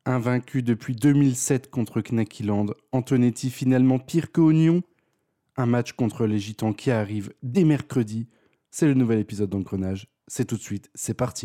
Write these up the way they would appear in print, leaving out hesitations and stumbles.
Invaincu depuis 2007 contre Knakiland, Antonetti finalement pire que Oignon. Un match contre les Gitans qui arrive dès mercredi. C'est le nouvel épisode d'Engrenage. C'est tout de suite, c'est parti.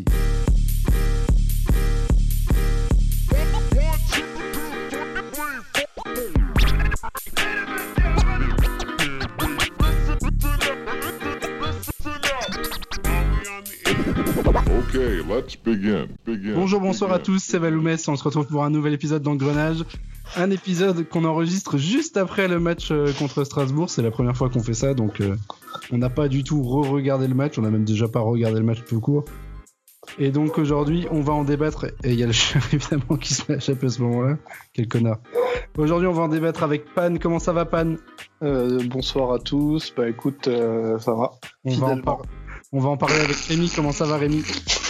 Okay, let's begin. Bonjour, bonsoir à tous, c'est Valoumès. On se retrouve pour un nouvel épisode d'Engrenage. Un épisode qu'on enregistre juste après le match contre Strasbourg. C'est la première fois qu'on fait ça, donc on n'a pas du tout re-regardé le match. On n'a même déjà pas regardé le match tout court. Et donc aujourd'hui, on va en débattre. Et il y a le chien évidemment qui se lâche à ce moment-là. Quel connard. Aujourd'hui, on va en débattre avec Pan. Comment ça va, Pan ? Bonsoir à tous. Bah écoute, ça va. On va en parler avec Rémi. Comment ça va, Rémi ?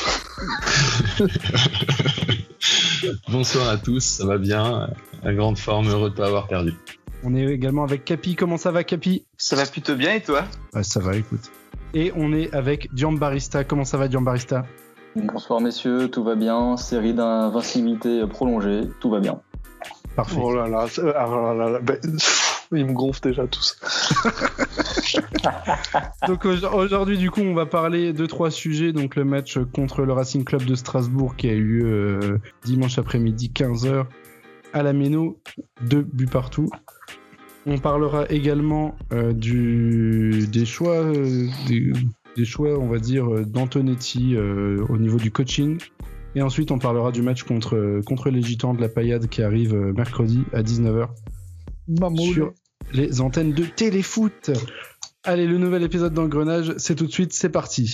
Bonsoir à tous, ça va bien, à grande forme, heureux de ne pas avoir perdu. On est également avec Capi. Comment ça va, Capi ? Ça va plutôt bien, et toi ? Ouais, ça va, écoute. Et on est avec Giambarista. Comment ça va, Giambarista ? Bonsoir messieurs, tout va bien, série d'invincibilité prolongée, tout va bien. Parfait. Oh là là, ils me gonflent déjà tous. Donc aujourd'hui, du coup, on va parler de 3 sujets. Donc le match contre le Racing Club de Strasbourg qui a eu lieu dimanche après-midi 15h à la Méno, 2 buts partout. On parlera également des choix, on va dire, d'Antonetti au niveau du coaching. Et ensuite, on parlera du match contre les Gitans de la Paillade qui arrive mercredi à 19h sur les antennes de Téléfoot. Allez, le nouvel épisode d'Engrenage, c'est tout de suite, c'est parti.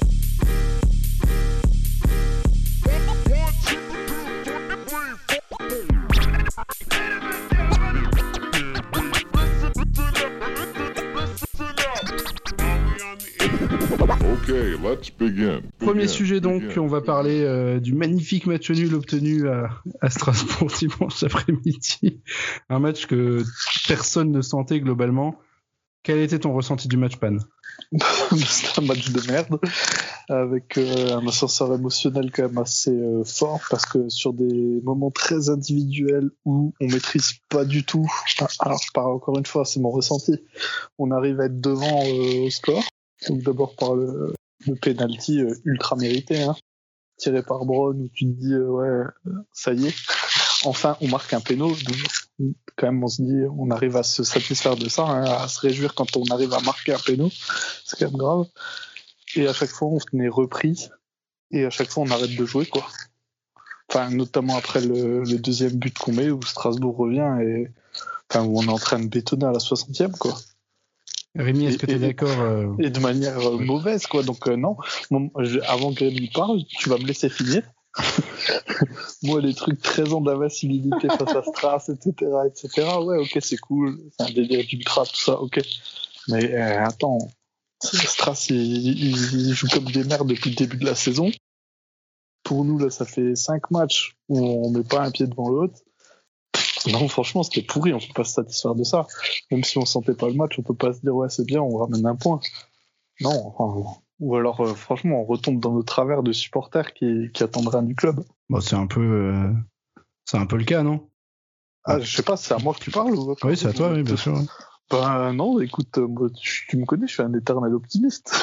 Okay, let's begin. Premier sujet donc, on va parler du magnifique match nul obtenu à Strasbourg dimanche après-midi. Un match que personne ne sentait globalement. Quel était ton ressenti du match, Pan ? C'était un match de merde, avec un ascenseur émotionnel quand même assez fort, parce que sur des moments très individuels où on maîtrise pas du tout, alors encore une fois, c'est mon ressenti, on arrive à être devant au score. Donc d'abord par le penalty ultra mérité, tiré par Brown, où tu te dis ça y est, enfin on marque un péno. Donc quand même on se dit, on arrive à se satisfaire de ça, à se réjouir quand on arrive à marquer un péno, c'est quand même grave. Et à chaque fois on est repris, et à chaque fois on arrête de jouer, quoi. Enfin, notamment après le deuxième but qu'on met, où Strasbourg revient, et enfin où on est en train de bétonner à la 60e, quoi. Rémi, est-ce que tu es d'accord Et de manière mauvaise, quoi. Donc non. Avant que Rémi parle, tu vas me laisser finir. Moi, les trucs 13 ans d'invincibilité face à Stras, etc., ouais, ok, c'est cool. C'est un délire d'ultra, tout ça, ok. Mais attends, Stras, il joue comme des merdes depuis le début de la saison. Pour nous, là, ça fait 5 matchs où on met pas un pied devant l'autre. Non, franchement, c'était pourri, on peut pas se satisfaire de ça. Même si on sentait pas le match, on peut pas se dire ouais, c'est bien, on ramène un point. Non, enfin, ou alors franchement, on retombe dans nos travers de supporters qui attendent rien du club. Bon, c'est un peu le cas, non ? Ah, je sais pas, c'est à moi que tu parles ou... Oui, c'est à toi, oui, bien sûr. Ben non, écoute, moi, tu me connais, je suis un éternel optimiste.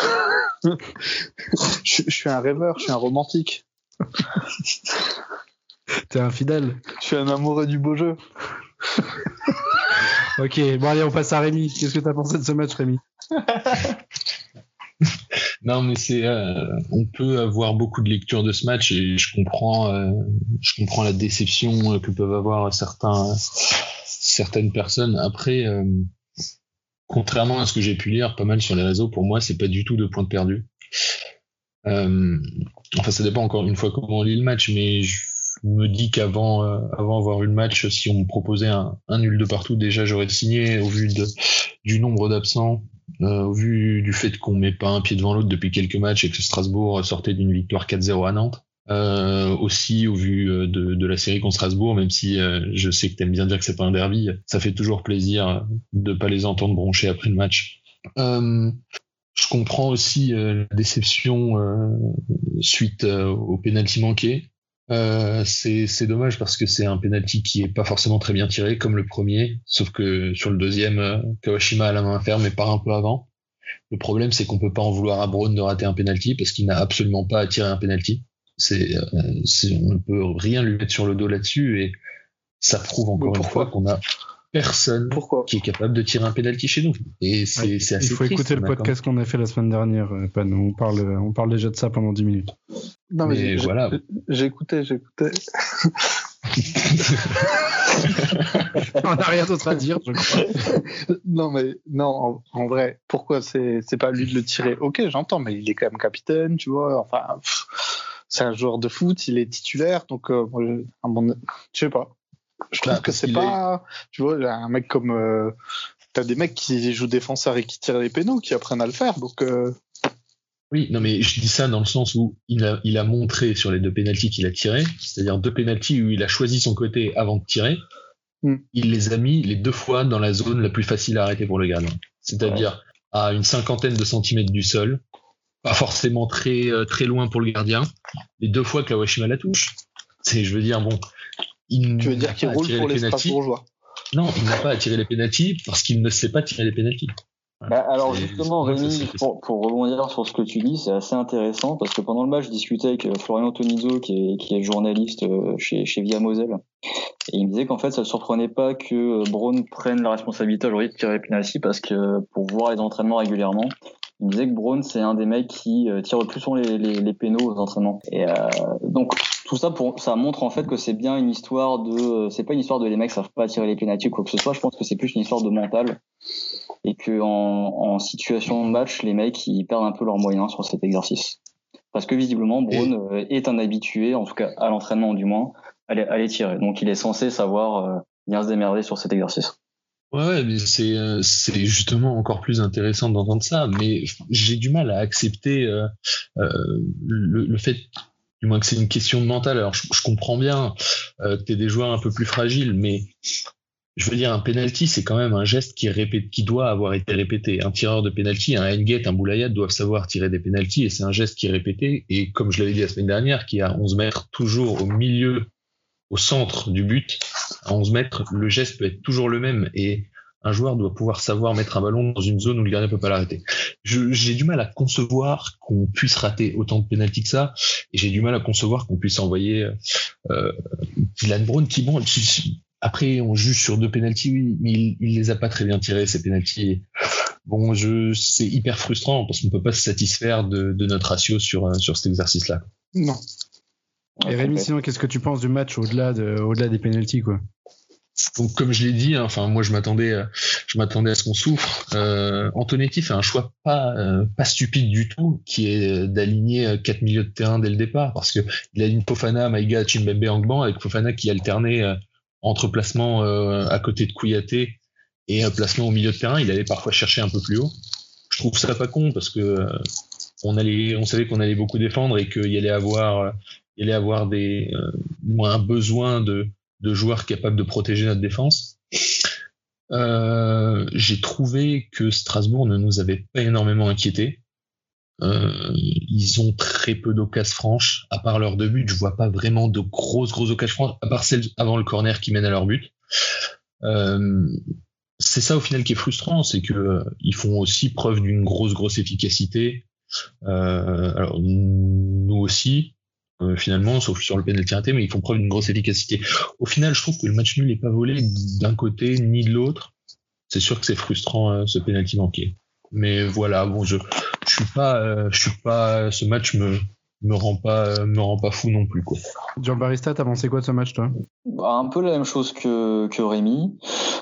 je suis un rêveur, je suis un romantique. T'es infidèle. Je suis un amoureux du beau jeu. Ok, bon allez, on passe à Rémi. Qu'est-ce que t'as pensé de ce match, Rémi ? Non, mais on peut avoir beaucoup de lectures de ce match, et je comprends la déception que peuvent avoir certaines personnes. Après, contrairement à ce que j'ai pu lire pas mal sur les réseaux, pour moi, c'est pas du tout 2 points de perdu. Enfin, ça dépend encore une fois comment on lit le match, mais je me dis qu'avant avoir eu le match, si on me proposait un nul de partout, déjà j'aurais signé, au vu du nombre d'absents, au vu du fait qu'on met pas un pied devant l'autre depuis quelques matchs et que Strasbourg sortait d'une victoire 4-0 à Nantes. Aussi au vu de la série contre Strasbourg, même si je sais que t'aimes bien dire que c'est pas un derby, ça fait toujours plaisir de pas les entendre broncher après le match. Je comprends aussi la déception suite au pénalty manqué. C'est dommage parce que c'est un penalty qui est pas forcément très bien tiré comme le premier, sauf que sur le deuxième, Kawashima a la main ferme et part un peu avant. Le problème, c'est qu'on peut pas en vouloir à Braun de rater un penalty parce qu'il n'a absolument pas à tirer un penalty. On ne peut rien lui mettre sur le dos là-dessus et ça prouve encore une fois qu'on a personne qui est capable de tirer un penalty chez nous. Et c'est assez triste. Il faut écouter le podcast qu'on a fait la semaine dernière, Pan. On parle déjà de ça pendant 10 minutes. Non, mais voilà. J'ai écouté. On n'a rien d'autre à dire, je crois. Non, en vrai, pourquoi c'est pas à lui de le tirer? Ok, j'entends, mais il est quand même capitaine, tu vois. Enfin, c'est un joueur de foot, il est titulaire, donc je sais pas. Je trouve que c'est pas, tu vois, un mec comme t'as des mecs qui jouent défenseur et qui tirent les pénaux, qui apprennent à le faire, donc. Oui, non, mais je dis ça dans le sens où il a montré sur les 2 pénaltys qu'il a tirés, c'est-à-dire 2 pénaltys où il a choisi son côté avant de tirer. Il les a mis les 2 fois dans la zone la plus facile à arrêter pour le gardien, c'est-à-dire à une 50aine de centimètres du sol, pas forcément très très loin pour le gardien. Les 2 fois que Kawashima la touche, je veux dire bon. Tu veux dire qu'il roule pour les Strasbourgeois? Non, il n'a pas à tirer les pénaltys parce qu'il ne sait pas tirer les pénaltys. Alors justement, Rémi, pour rebondir sur ce que tu dis, c'est assez intéressant parce que pendant le match, je discutais avec Florian Tonizzo, qui est journaliste chez Via Moselle, et il me disait qu'en fait, ça ne surprenait pas que Braun prenne la responsabilité aujourd'hui de tirer les pénaltys parce que pour voir les entraînements régulièrement, il me disait que Braun, c'est un des mecs qui tire le plus souvent les pénaux aux entraînements. Et donc tout ça ça montre en fait que c'est bien une histoire c'est pas une histoire de les mecs savent pas tirer les pénaltys ou quoi que ce soit. Je pense que c'est plus une histoire de mental et que en situation de match, les mecs ils perdent un peu leurs moyens sur cet exercice. Parce que visiblement Braun est un habitué, en tout cas à l'entraînement du moins, à les tirer. Donc il est censé savoir bien se démerder sur cet exercice. Ouais, mais c'est justement encore plus intéressant d'entendre ça, mais j'ai du mal à accepter le fait, du moins que c'est une question de mental. Alors je comprends bien que t'es des joueurs un peu plus fragiles, mais je veux dire, un penalty, c'est quand même un geste qui doit avoir été répété. Un tireur de penalty, un Henguet, un Boulaïat doivent savoir tirer des penaltys, et c'est un geste qui est répété, et comme je l'avais dit la semaine dernière, qui est à 11 mètres, toujours au centre du but, à 11 mètres, le geste peut être toujours le même et un joueur doit pouvoir savoir mettre un ballon dans une zone où le gardien peut pas l'arrêter. J'ai du mal à concevoir qu'on puisse rater autant de pénaltys que ça, et j'ai du mal à concevoir qu'on puisse envoyer Dylan Braun qui, bon, après on juge sur 2 pénaltys, oui, mais il les a pas très bien tirés, ces pénaltys. Bon, c'est hyper frustrant parce qu'on peut pas se satisfaire de notre ratio sur cet exercice-là. Non. Et Rémi, sinon, qu'est-ce que tu penses du match au-delà des pénaltys, quoi? Donc, comme je l'ai dit, enfin, moi, je m'attendais à ce qu'on souffre. Antonetti fait un choix pas stupide du tout, qui est d'aligner 4 milieux de terrain dès le départ, parce que il aligne Fofana, Maïga, Chimbembe, Angban, avec Fofana qui alternait entre placement à côté de Kouyaté et placement au milieu de terrain. Il allait parfois chercher un peu plus haut. Je trouve ça pas con parce que on savait qu'on allait beaucoup défendre et qu'il y allait avoir un besoin de joueurs capables de protéger notre défense. J'ai trouvé que Strasbourg ne nous avait pas énormément inquiétés. Ils ont très peu d'occasions franches, à part leurs 2 buts. Je vois pas vraiment de grosses occasions franches, à part celle avant le corner qui mène à leur but. C'est ça au final qui est frustrant, c'est que ils font aussi preuve d'une grosse efficacité. Alors nous aussi. Finalement, sauf sur le penalty raté, mais ils font preuve d'une grosse efficacité. Au final, je trouve que le match nul n'est pas volé d'un côté ni de l'autre. C'est sûr que c'est frustrant ce penalty manqué. Mais voilà, bon, je suis pas, ce match me rend pas fou non plus, quoi. Jean Barista, t'as pensé quoi de ce match, toi? Un peu la même chose que Rémi.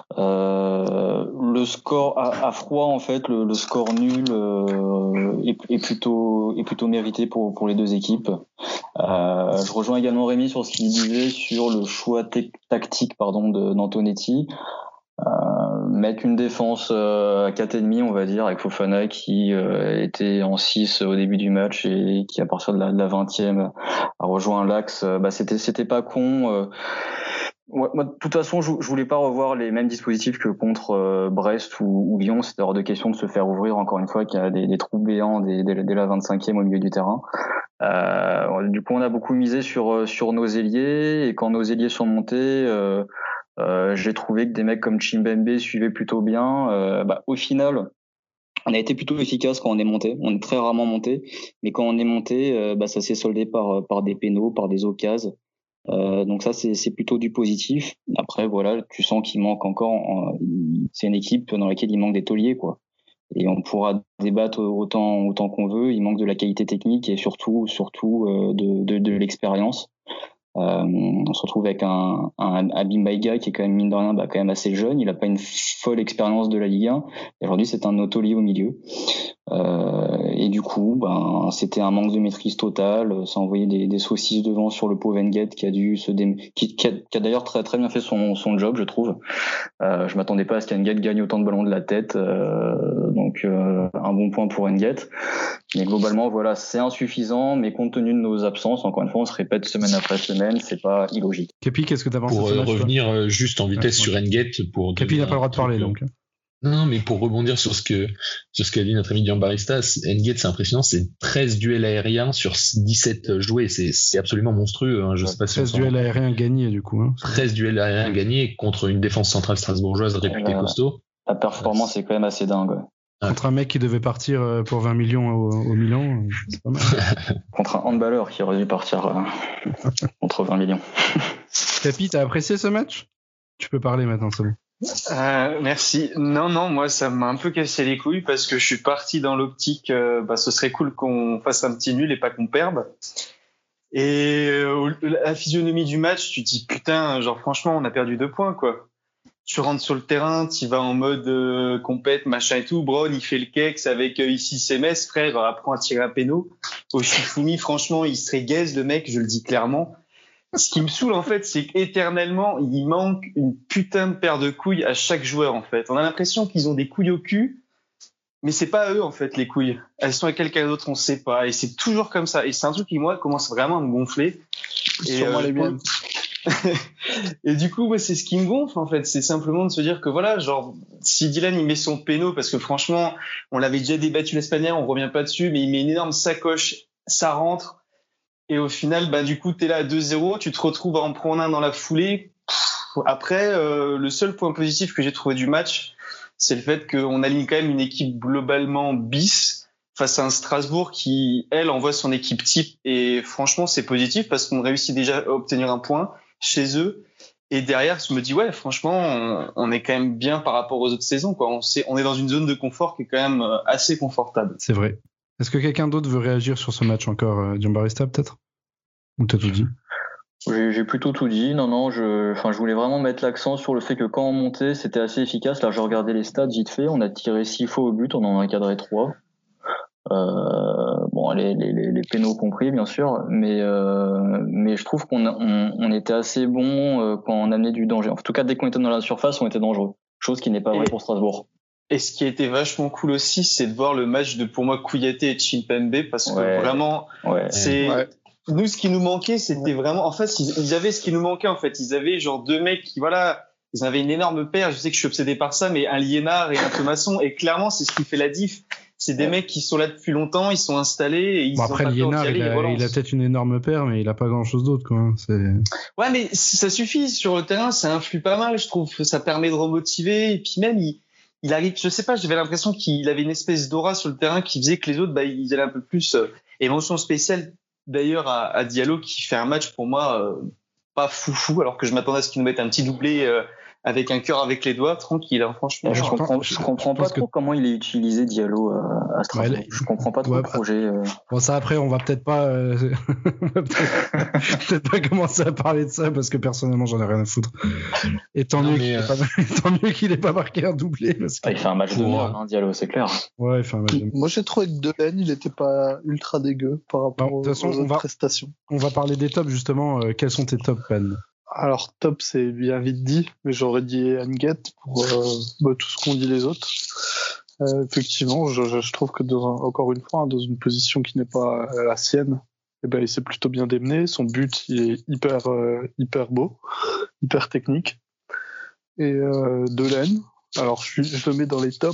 Le score à froid, en fait, le score nul est plutôt mérité pour les 2 équipes. Je rejoins également Rémi sur ce qu'il disait sur le choix tactique d'Antonetti. Mettre une défense à 4,5, on va dire, avec Fofana qui était en 6 au début du match et qui, à partir de la 20e, a rejoint l'axe. C'était pas con. Moi, de toute façon, je voulais pas revoir les mêmes dispositifs que contre Brest ou Lyon. C'était hors de question de se faire ouvrir, encore une fois, qu'il y a des trous béants dès la 25e au milieu du terrain. Du coup, on a beaucoup misé sur nos ailiers, et quand nos ailiers sont montés, j'ai trouvé que des mecs comme Chimbembe suivaient plutôt bien. Au final, on a été plutôt efficace quand on est monté. On est très rarement monté, mais quand on est monté, ça s'est soldé par des pénaux, par des occasions. Donc ça, c'est plutôt du positif. Après, voilà, tu sens qu'il manque encore. C'est une équipe dans laquelle il manque des tauliers, quoi. Et on pourra débattre autant qu'on veut. Il manque de la qualité technique et surtout de l'expérience. On se retrouve avec un Habib Maïga qui est quand même, mine de rien, quand même assez jeune. Il a pas une folle expérience de la Ligue 1. Et aujourd'hui, c'est un taulier au milieu. Et du coup, c'était un manque de maîtrise totale. Ça a envoyé des saucisses devant sur le pauvre Nguet qui a dû qui a d'ailleurs très très bien fait son job, je trouve. Je m'attendais pas à ce qu'Nguet gagne autant de ballons de la tête. Donc un bon point pour Nguet. Mais globalement, voilà, c'est insuffisant. Mais compte tenu de nos absences, encore une fois, on se répète semaine après semaine, c'est pas illogique. Capi, qu'est-ce que t'as pensé pour de ce match, revenir juste en vitesse sur Nguet pour Capi n'a pas le droit de parler donc. Non, mais pour rebondir sur ce qu'a dit notre ami Gianbarista, Nguet, c'est impressionnant, c'est 13 duels aériens sur 17 joués, c'est absolument monstrueux, hein, je sais pas si 13 duels aériens gagnés du coup, hein. 13 duels aériens gagnés contre une défense centrale strasbourgeoise réputée costaud. La performance est quand même assez dingue, ouais. Contre un mec qui devait partir pour 20 millions au Milan, c'est pas mal. Contre un handballeur qui aurait dû partir contre 20 millions. Capi, t'as apprécié ce match ? Tu peux parler maintenant, c'est bon. Merci. Non, moi ça m'a un peu cassé les couilles parce que je suis parti dans l'optique, ce serait cool qu'on fasse un petit nul et pas qu'on perde. Et la physionomie du match, tu te dis putain, genre franchement on a perdu 2 points quoi. Tu rentres sur le terrain, tu vas en mode compète, machin et tout. Brown il fait le kex avec ici CMS, frère, apprend à tirer à péno. Au Shifumi, franchement il serait gaze le mec, je le dis clairement. Ce qui me saoule en fait, c'est qu'éternellement il manque une putain de paire de couilles à chaque joueur en fait. On a l'impression qu'ils ont des couilles au cul, mais c'est pas eux en fait les couilles. Elles sont à quelqu'un d'autre, on sait pas. Et c'est toujours comme ça. Et c'est un truc qui moi commence vraiment à me gonfler. Et sûrement les miennes. Et du coup, c'est ce qui me gonfle en fait. C'est simplement de se dire que voilà, genre si Dylan il met son péno, parce que franchement, on l'avait déjà débattu l'Espagnol, on revient pas dessus, mais il met une énorme sacoche, ça rentre. Et au final, du coup, t'es là à 2-0, tu te retrouves à en prendre un dans la foulée. Après, le seul point positif que j'ai trouvé du match, c'est le fait qu'on aligne quand même une équipe globalement bis face à un Strasbourg qui, elle, envoie son équipe type. Et franchement, c'est positif parce qu'on réussit déjà à obtenir un point chez eux. Et derrière, je me dis, ouais, franchement, on est quand même bien par rapport aux autres saisons, quoi. On est dans une zone de confort qui est quand même assez confortable. C'est vrai. Est-ce que quelqu'un d'autre veut réagir sur ce match encore, Gianbarista peut-être ? Ou t'as tout dit ? J'ai plutôt tout dit. Non, je voulais vraiment mettre l'accent sur le fait que quand on montait, c'était assez efficace. Là, j'ai regardé les stats vite fait. On a tiré 6 fois au but, on en a encadré 3. Les pénaux compris, bien sûr. Mais je trouve qu'on était assez bon quand on amenait du danger. En tout cas, dès qu'on était dans la surface, on était dangereux. Chose qui n'est pas vraie pour Strasbourg. Et ce qui a été vachement cool aussi, c'est de voir le match de, pour moi, Kouyaté et Chimpembe, parce que vraiment, nous, ce qui nous manquait, c'était vraiment, en fait, ils avaient ce qui nous manquait, en fait. Ils avaient genre 2 mecs qui, voilà, ils avaient une énorme paire. Je sais que je suis obsédé par ça, mais un Liénard et un Thomasson. Et clairement, c'est ce qui fait la diff. C'est des mecs qui sont là depuis longtemps, ils sont installés. Et ils après, Liénard, il a peut-être une énorme paire, mais il a pas grand chose d'autre, quoi. Ouais, mais ça suffit. Sur le terrain, ça influe pas mal, je trouve. Ça permet de remotiver. Et puis même, il arrive, je sais pas, j'avais l'impression qu'il avait une espèce d'aura sur le terrain qui faisait que les autres, ils allaient un peu plus, émotion spéciale d'ailleurs à Diallo qui fait un match pour moi, pas foufou, alors que je m'attendais à ce qu'il nous mette un petit doublé, avec un cœur avec les doigts, tranquille, hein, franchement. Je comprends pas trop comment il est utilisé Diallo à Strasbourg. Je comprends pas trop le projet. Bon, ça après, on va peut-être pas, peut-être pas commencer à parler de ça parce que personnellement, j'en ai rien à foutre. Et tant mieux qu'il ait pas marqué un doublé. Parce que... il fait un match de mort, Diallo, c'est clair. Ouais, il fait un match de mort. Moi, j'ai trouvé que Delaine, il était pas ultra dégueu par rapport aux autres prestations. On va parler des tops justement. Quels sont tes tops, Ben ? Alors top, c'est bien vite dit, mais j'aurais dit Nguet pour tout ce qu'ont dit les autres. Effectivement, je trouve que encore une fois, dans une position qui n'est pas la sienne, il s'est plutôt bien démené. Son but, il est hyper beau, hyper technique. Et Delaine, alors je le mets dans les tops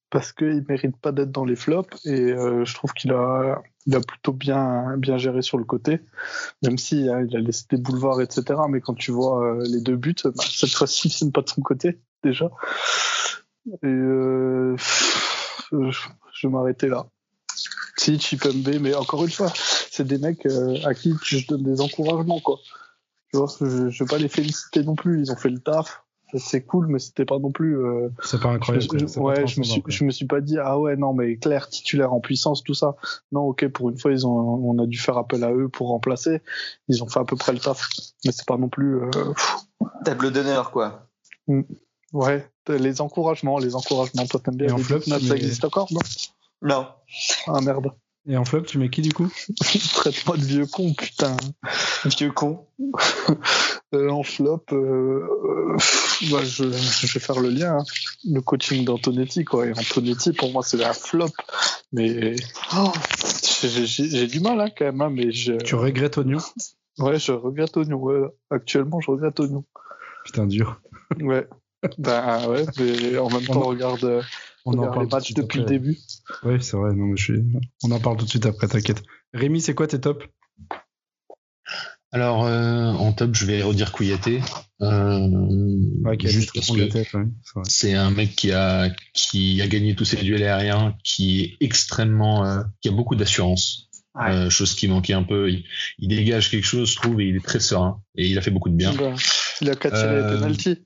parce qu'il mérite pas d'être dans les flops et je trouve qu'il a plutôt bien géré sur le côté, même si il a laissé des boulevards, etc. Mais quand tu vois les 2 buts, cette fois-ci, ils viennent pas de son côté déjà. Et je vais m'arrêter là. Si, Chipembe, mais encore une fois, c'est des mecs à qui je donne des encouragements, quoi. Tu vois, je vais pas les féliciter non plus. Ils ont fait le taf. C'est cool, mais c'était pas non plus. C'est pas incroyable. Je me suis pas dit ah ouais non mais clair titulaire en puissance tout ça. Non ok pour une fois on a dû faire appel à eux pour remplacer. Ils ont fait à peu près le taf, mais c'est pas non plus. Tableau d'honneur quoi. Ouais les encouragements. Toi t'aimes bien. Et en flop, ça existe encore non? Non. Ah merde. Et en flop, tu mets qui du coup? Traite-moi de vieux con, putain. Vieux con. En flop, je vais faire le lien. Hein. Le coaching d'Antonetti, quoi. Et Antonetti, pour moi, c'est un flop. Mais j'ai du mal, hein, quand même. Hein, mais Tu regrettes Oignon? Ouais, je regrette Oignon. Ouais. Actuellement, je regrette Oignon. Putain, dur. Ouais. Ben ouais, mais en même temps, regarde les matchs depuis le début. Oui, c'est vrai. Non, mais on en parle tout de suite après, t'inquiète. Rémi, c'est quoi tes tops? Alors, en top, je vais redire Kouyaté. Juste parce que c'est un mec qui a gagné tous ses duels aériens, qui est extrêmement, qui a beaucoup d'assurance. Ouais. Chose qui manquait un peu. Il dégage quelque chose, je trouve, et il est très serein. Et il a fait beaucoup de bien. Il a qu'à tirer les pénaltys.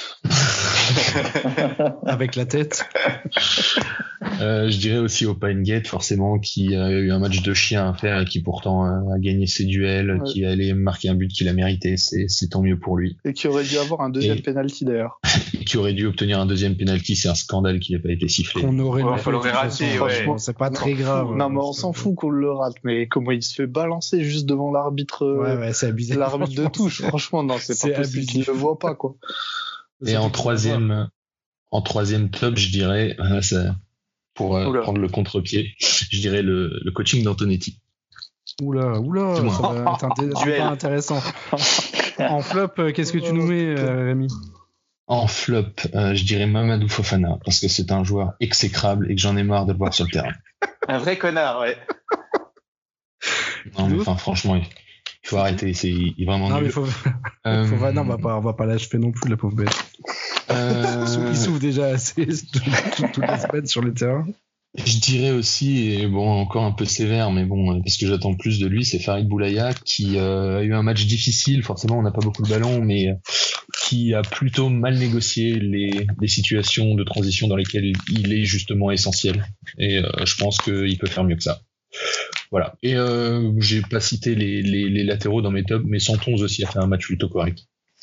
Avec la tête. Je dirais aussi Opa Ngate, forcément, qui a eu un match de chien à faire et qui pourtant a gagné ses duels, qui allait marquer un but qu'il a mérité. C'est tant mieux pour lui. Et qui aurait dû avoir un deuxième penalty d'ailleurs. Et qui aurait dû obtenir un deuxième penalty. C'est un scandale qu'il n'ait pas été sifflé. On aurait raté, franchement, c'est pas très grave. Non, mais on s'en fout qu'on le rate. Mais comment il se fait balancer juste devant l'arbitre, c'est abusé. L'arbitre de touche. Franchement, non, c'est pas possible qu'il le voit pas, quoi. Et en troisième top, je dirais, pour prendre le contre-pied, je dirais le coaching d'Antonetti. Oula, ça va être un débat intéressant. En flop, qu'est-ce que tu nous mets, Rémi? En flop, je dirais Mamadou Fofana, parce que c'est un joueur exécrable et que j'en ai marre de le voir sur le terrain. Un vrai connard, ouais. Non, mais enfin, franchement, il faut arrêter, il est vraiment nul. Non, on va pas l'achever non plus, la pauvre bête. Il souffre déjà assez toute la semaine sur le terrain. Je dirais aussi, et bon, encore un peu sévère, mais bon, parce que j'attends plus de lui, c'est Farid Boulaya, qui a eu un match difficile, forcément on n'a pas beaucoup de ballons, mais qui a plutôt mal négocié les situations de transition dans lesquelles il est justement essentiel. Et je pense qu'il peut faire mieux que ça. Voilà. Et j'ai pas cité les latéraux dans mes tops, mais Santonz aussi a fait un match plutôt correct.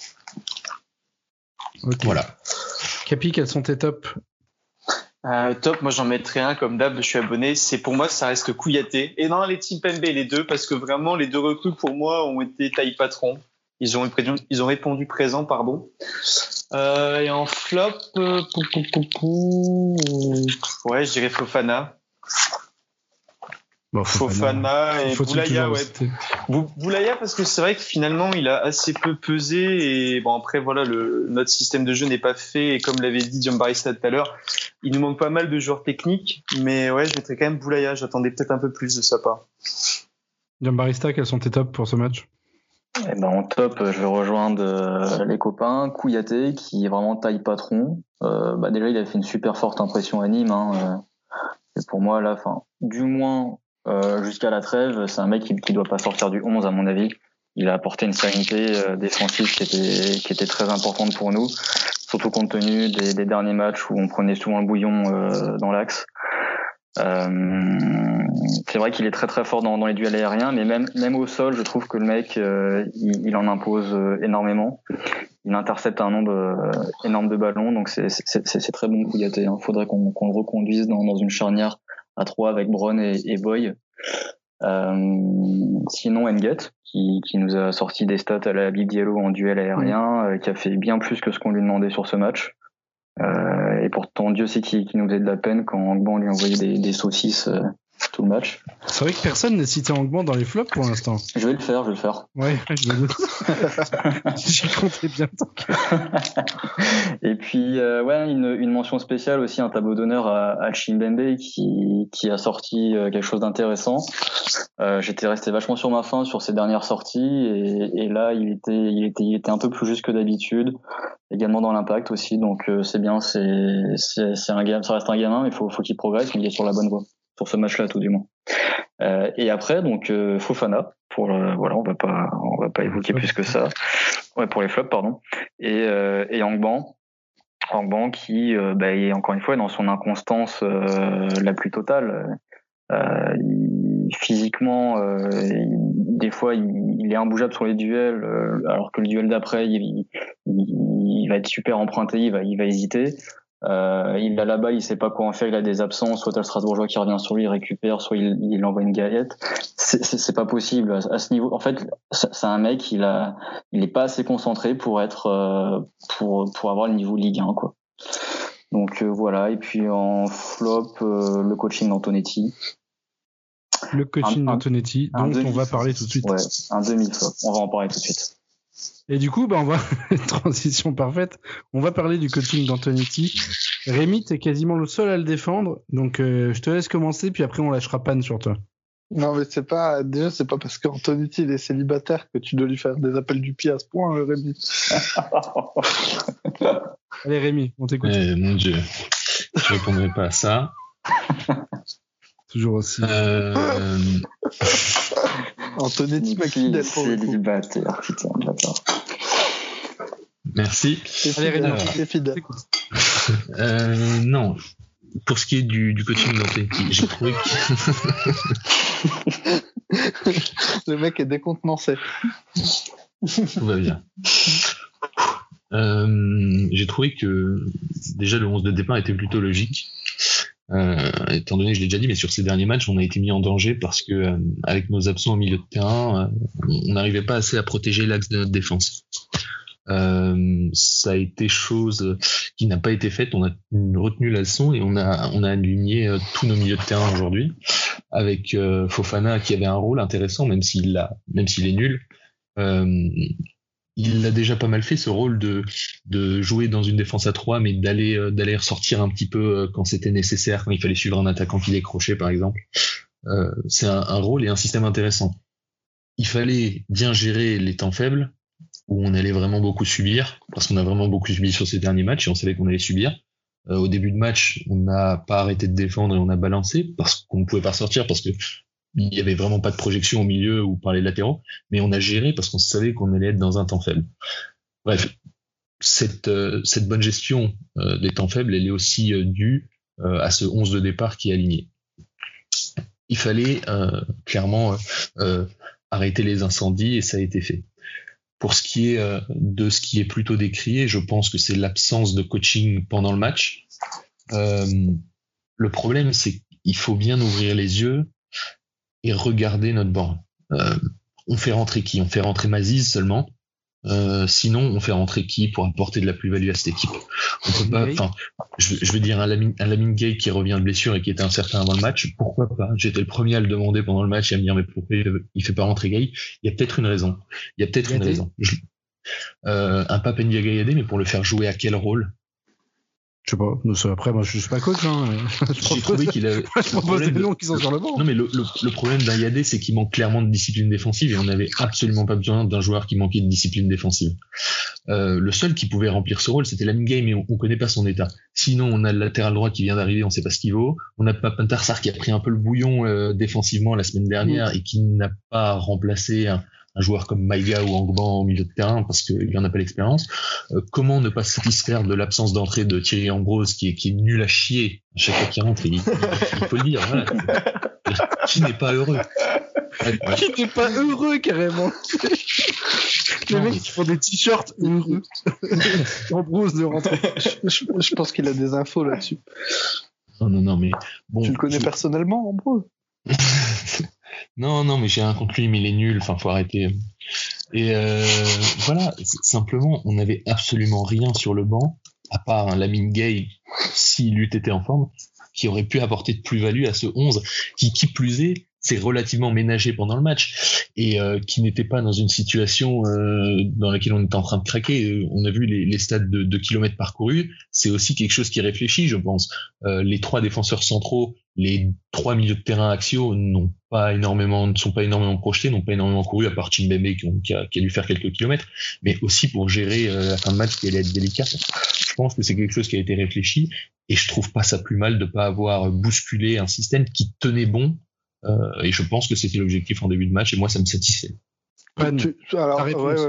Okay. Voilà. Capi, quels sont tes tops? Top, moi j'en mettrais un comme d'hab, je suis abonné. C'est pour moi, ça reste Kouyaté. Et non, les Kimpembe, les deux, parce que vraiment les deux recrues pour moi ont été taille patron. Ils ont répondu présent, pardon. Et en flop, ouais, je dirais Fofana. Bon, Fofana et Boulaya, ouais. Boulaya, parce que c'est vrai que finalement, il a assez peu pesé et bon, après, voilà, notre système de jeu n'est pas fait et comme l'avait dit Giambarista tout à l'heure, il nous manque pas mal de joueurs techniques, mais ouais, je mettrais quand même Boulaya, j'attendais peut-être un peu plus de sa part. Giambarista, quels sont tes tops pour ce match? Eh ben, en top, je vais rejoindre les copains. Kouyaté, qui est vraiment taille patron. Déjà, il a fait une super forte impression à Nîmes, hein. Et pour moi, là, du moins, jusqu'à la trêve, c'est un mec qui doit pas sortir du 11 à mon avis. Il a apporté une sérénité défensive qui était très importante pour nous, surtout compte tenu des derniers matchs où on prenait souvent le bouillon dans l'axe. C'est vrai qu'il est très très fort dans les duels aériens, mais même au sol, je trouve que le mec il en impose énormément. Il intercepte un nombre énorme de ballons, donc c'est très bon Kouyaté. Il faudrait qu'on le reconduise dans une charnière à 3 avec Braun et Boy. Sinon Ngate qui nous a sorti des stats à la Big Diallo en duel aérien, qui a fait bien plus que ce qu'on lui demandait sur ce match. Et pourtant Dieu sait qui nous faisait de la peine quand Angban lui envoyait des saucisses tout le match. C'est vrai que personne n'a cité Angban dans les flops pour l'instant. Je vais le faire. Ouais, je me doute. J'y comptais bien. Et puis, une mention spéciale aussi, un tableau d'honneur à Chimbembe qui a sorti quelque chose d'intéressant. J'étais resté vachement sur ma faim sur ses dernières sorties et là, il était un peu plus juste que d'habitude. Également dans l'impact aussi, donc c'est bien, c'est un gamin, ça reste un gamin, mais faut qu'il progresse, mais il est sur la bonne voie pour ce match-là tout du moins. Et après donc Fofana pour voilà, on va pas évoquer plus que ça. Ouais, pour les flops pardon. Et Angban qui est encore une fois dans son inconstance la plus totale. Physiquement, des fois, il est imbougeable sur les duels, alors que le duel d'après, il va être super emprunté, il va hésiter. Il a la balle, il sait pas quoi en faire, il a des absences, soit t'as le Strasbourgeois qui revient sur lui, il récupère, soit il envoie une galette. C'est pas possible à ce niveau. En fait, c'est un mec, il est pas assez concentré pour être pour avoir le niveau Ligue 1 quoi. Donc voilà. Et puis en flop, le coaching d'Antonetti. Le coaching d'Antonetti, dont on va parler tout de suite. Ouais, un demi-flop. On va en parler tout de suite. Et du coup, on va transition parfaite. On va parler du coaching d'Antonetti. Rémi, t'es quasiment le seul à le défendre, donc je te laisse commencer, puis après on lâchera panne sur toi. Non, mais c'est pas parce qu'Antonetti il est célibataire que tu dois lui faire des appels du pied à ce point, Rémi. Allez, Rémi, on t'écoute. Mon Dieu, je répondrai pas à ça. Toujours aussi. Antonetti m'a quitté d'être célibataire, putain, d'accord. Merci. Allez, Rémi, t'es fidèle. Non. Pour ce qui est du coaching d'Antonetti, j'ai trouvé que... Le mec est décontenancé. Tout va bien. J'ai trouvé que déjà le 11 de départ était plutôt logique. Étant donné, je l'ai déjà dit, mais sur ces derniers matchs, on a été mis en danger parce que avec nos absents au milieu de terrain, on n'arrivait pas assez à protéger l'axe de notre défense. Ça a été chose qui n'a pas été faite. On a retenu la leçon et on a aligné tous nos milieux de terrain aujourd'hui avec Fofana qui avait un rôle intéressant, même s'il est nul. Il a déjà pas mal fait ce rôle de jouer dans une défense à 3, mais d'aller ressortir un petit peu quand c'était nécessaire, quand il fallait suivre un attaquant qui décrochait par exemple. C'est un rôle et un système intéressant. Il fallait bien gérer les temps faibles où on allait vraiment beaucoup subir, parce qu'on a vraiment beaucoup subi sur ces derniers matchs et on savait qu'on allait subir. Au début de match, on n'a pas arrêté de défendre et on a balancé parce qu'on ne pouvait pas sortir, parce que il y avait vraiment pas de projection au milieu ou par les latéraux, mais on a géré parce qu'on savait qu'on allait être dans un temps faible. Bref, cette bonne gestion des temps faibles, elle est aussi due à ce 11 de départ qui est aligné. Il fallait clairement arrêter les incendies et ça a été fait. Pour ce qui est de ce qui est plutôt décrié, je pense que c'est l'absence de coaching pendant le match. Le problème, c'est qu'il faut bien ouvrir les yeux et regarder notre banc. On fait rentrer qui ? On fait rentrer Maziz seulement. Sinon, on fait rentrer qui pour apporter de la plus-value à cette équipe ? On peut pas. Enfin, je veux dire un Lamine Gueye qui revient de blessure et qui était incertain avant le match. Pourquoi pas ? J'étais le premier à le demander pendant le match et à me dire mais pourquoi il fait pas rentrer Gueye ? Il y a peut-être une raison. Un Pape Ndiaye, mais pour le faire jouer à quel rôle ? Je sais pas. Après, moi, je suis pas coach. J'ai trouvé qu'il avait. Je propose des noms qui sont sur le banc. Non, mais le problème d'un Yadé, c'est qu'il manque clairement de discipline défensive et on n'avait absolument pas besoin d'un joueur qui manquait de discipline défensive. Le seul qui pouvait remplir ce rôle, c'était Lamine Gueye, mais on connaît pas son état. Sinon, on a le latéral droit qui vient d'arriver, on sait pas ce qu'il vaut. On a Papentar qui a pris un peu le bouillon défensivement la semaine dernière et qui n'a pas remplacé un joueur comme Maïga ou Angban au milieu de terrain parce qu'il en a pas l'expérience. Comment ne pas se satisfaire de l'absence d'entrée de Thierry Ambrose qui est nul à chier à chaque fois qu'il rentre, il faut le dire, voilà. Qui n'est pas heureux. Qui n'est pas heureux carrément. Les mecs qui font des t-shirts heureux. Ambrose ne rentre pas. Je pense qu'il a des infos là-dessus. Non, mais bon. Tu le connais personnellement, Ambrose? Non, mais j'ai un contre lui, mais il est nul. Enfin, faut arrêter. Et voilà, simplement, on n'avait absolument rien sur le banc, à part un Lamine Gueye, s'il eût été en forme, qui aurait pu apporter de plus-value à ce 11 qui plus est, s'est relativement ménagé pendant le match et qui n'était pas dans une situation dans laquelle on était en train de craquer. On a vu les stats de kilomètres parcourus, c'est aussi quelque chose qui réfléchit, je pense. Les 3 défenseurs centraux, les 3 milieux de terrain axiaux ne sont pas énormément projetés, n'ont pas énormément couru, à part Chimbembe qui a dû faire quelques kilomètres, mais aussi pour gérer la fin de match qui allait être délicate. Je pense que c'est quelque chose qui a été réfléchi et je trouve pas ça plus mal de pas avoir bousculé un système qui tenait bon. Et je pense que c'était l'objectif en début de match et moi ça me satisfait. Alors,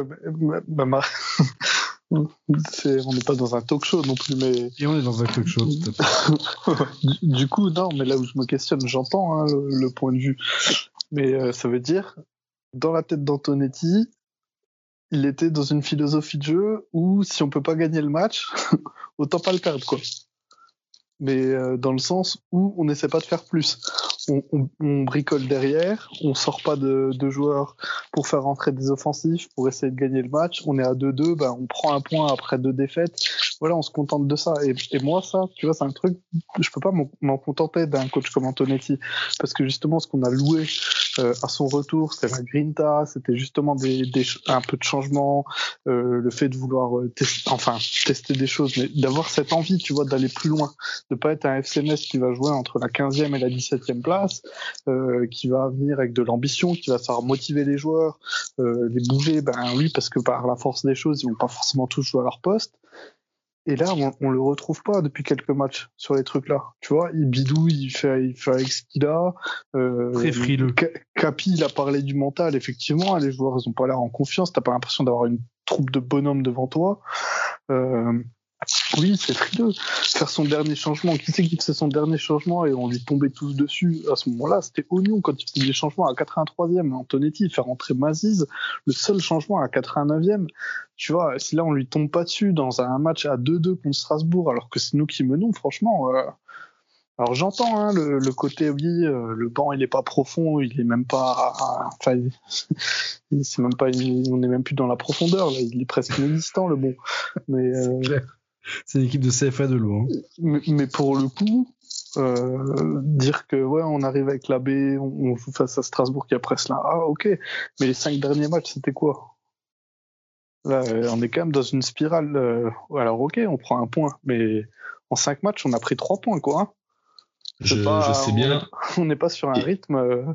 on n'est pas dans un talk show non plus, mais et on est dans un talk show. du coup, non, mais là où je me questionne, j'entends le point de vue, mais ça veut dire dans la tête d'Antonetti, il était dans une philosophie de jeu où si on peut pas gagner le match, autant pas le perdre, quoi. Mais dans le sens où on n'essaie pas de faire plus. On bricole derrière, on sort pas de joueurs pour faire rentrer des offensifs, pour essayer de gagner le match. On est à 2-2, ben on prend un point après 2 défaites. Voilà, on se contente de ça. Et moi, ça, tu vois, c'est un truc, je peux pas m'en contenter d'un coach comme Antonetti. Parce que justement, ce qu'on a loué à son retour, c'était la grinta, c'était justement un peu de changement, le fait de vouloir tester des choses, mais d'avoir cette envie, tu vois, d'aller plus loin, de pas être un FC Metz qui va jouer entre la 15e et la 17e place, qui va venir avec de l'ambition, qui va savoir motiver les joueurs, les bouger, ben oui, parce que par la force des choses, ils vont pas forcément tous jouer à leur poste. Et là, on le retrouve pas depuis quelques matchs sur les trucs là. Tu vois, il bidouille, il fait avec ce qu'il a. Très frileux. Capi, il a parlé du mental, effectivement. Les joueurs, ils ont pas l'air en confiance. T'as pas l'impression d'avoir une troupe de bonhommes devant toi. Oui, c'est frileux. Faire son dernier changement. Qui c'est qui faisait son dernier changement et on lui tombait tous dessus à ce moment-là? C'était Oignon quand il faisait des changements à 83e. Antonetti, faire rentrer Maziz, le seul changement à 89e. Tu vois, si là on lui tombe pas dessus dans un match à 2-2 contre Strasbourg alors que c'est nous qui menons, franchement. Alors j'entends le côté, oui, le banc il est pas profond, il est même pas, c'est même pas, on n'est même plus dans la profondeur, là, il est presque inexistant le bon. Mais c'est une équipe de CFA de l'eau. Mais pour le coup, dire que ouais, on arrive avec la B, on joue face à Strasbourg qui a presque là, ah ok. Mais les 5 derniers matchs, c'était quoi? Là, on est quand même dans une spirale. Alors ok, on prend un point, mais en 5 matchs, on a pris 3 points, quoi. Hein. Je sais bien. On n'est pas sur un rythme.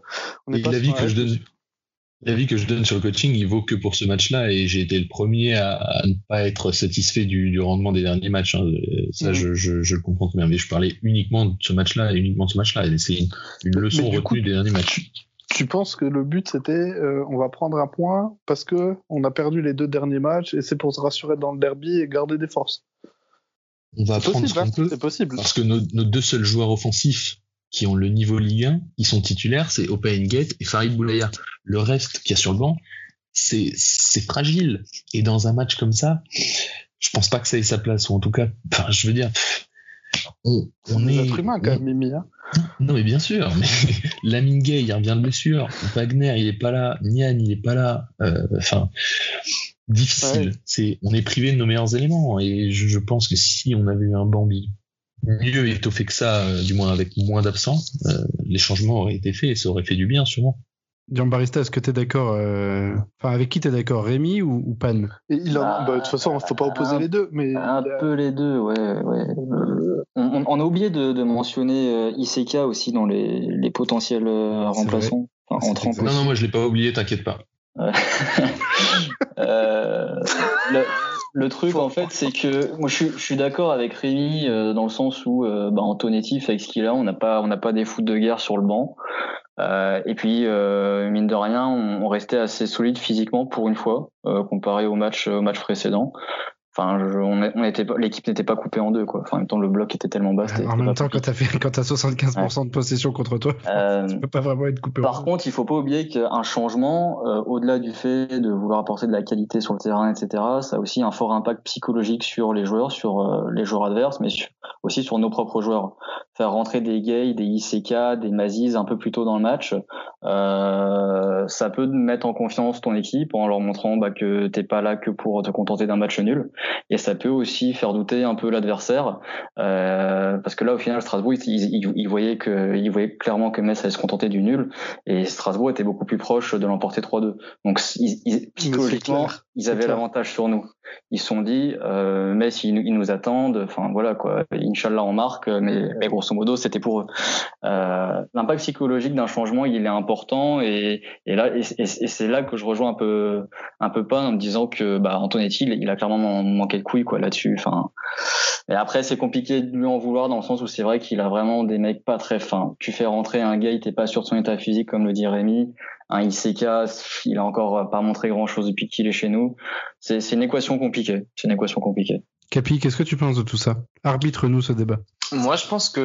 L'avis que je donne sur le coaching, il vaut que pour ce match-là, et j'ai été le premier à ne pas être satisfait du rendement des derniers matchs. Hein. Ça, je le comprends très bien. Mais je parlais uniquement de ce match-là et uniquement de ce match-là. Et c'est une leçon retenue des derniers matchs. Tu penses que le but c'était on va prendre un point parce que on a perdu les 2 derniers matchs et c'est pour se rassurer dans le derby et garder des forces. On va prendre ce qu'on peut. C'est possible. Parce que nos 2 seuls joueurs offensifs qui ont le niveau Ligue 1, qui sont titulaires, c'est Opa Nguet et Farid Boulaya. Le reste qu'il y a sur le banc, c'est fragile. Et dans un match comme ça, je pense pas que ça ait sa place. Ou en tout cas, je veux dire, on est... êtres humains quand même, Mimi. Hein. Non, mais bien sûr. Mais Lamine Gueye, il revient de blessure. Wagner, il est pas là. Nian, il est pas là. Difficile. Ouais. On est privé de nos meilleurs éléments. Et je pense que si on avait eu un Bambi mieux étoffé que ça, du moins avec moins d'absents, les changements auraient été faits et ça aurait fait du bien, sûrement. Jean-Barista, est-ce que t'es d'accord avec qui t'es d'accord, Rémi ou Pan? De toute façon, il faut pas opposer les deux, mais peu les deux, ouais. On a oublié de mentionner Iseka aussi dans les potentiels remplaçants. Non, moi je l'ai pas oublié, t'inquiète pas. Le truc en fait, c'est que moi je suis d'accord avec Rémi dans le sens où Antonetti avec ce qu'il a, on n'a pas des foot de guerre sur le banc. Et puis mine de rien, on restait assez solide physiquement pour une fois, comparé au match précédent. Enfin, l'équipe n'était pas coupée en 2, quoi. Enfin, en même temps, le bloc était tellement bas. En même temps, quand t'as 75% de possession contre toi, tu peux pas vraiment être coupé en 2. Par contre, il faut pas oublier qu'un changement, au-delà du fait de vouloir apporter de la qualité sur le terrain, etc., ça a aussi un fort impact psychologique sur les joueurs adverses, mais aussi sur nos propres joueurs. Faire rentrer des Gay, des ICK, des Maziz un peu plus tôt dans le match, ça peut mettre en confiance ton équipe en leur montrant que t'es pas là que pour te contenter d'un match nul. Et ça peut aussi faire douter un peu l'adversaire, parce que là au final Strasbourg il voyait clairement que Metz allait se contenter du nul, et Strasbourg était beaucoup plus proche de l'emporter 3-2. Donc psychologiquement ils avaient l'avantage sur nous. Ils se sont dit Metz ils nous attendent, enfin voilà quoi, Inch'Allah on marque, mais grosso modo c'était pour eux. L'impact psychologique d'un changement il est important, et c'est là que je rejoins un peu pas en me disant que Antonetti il a clairement manqué de couilles quoi là-dessus. Enfin, et après c'est compliqué de lui en vouloir dans le sens où c'est vrai qu'il a vraiment des mecs pas très fins. Tu fais rentrer un gars, t'es pas sûr de son état physique comme le dit Rémi. Un ICK, il a encore pas montré grand chose depuis qu'il est chez nous. C'est une équation compliquée. Capi, qu'est-ce que tu penses de tout ça? Arbitre-nous ce débat. Moi, je pense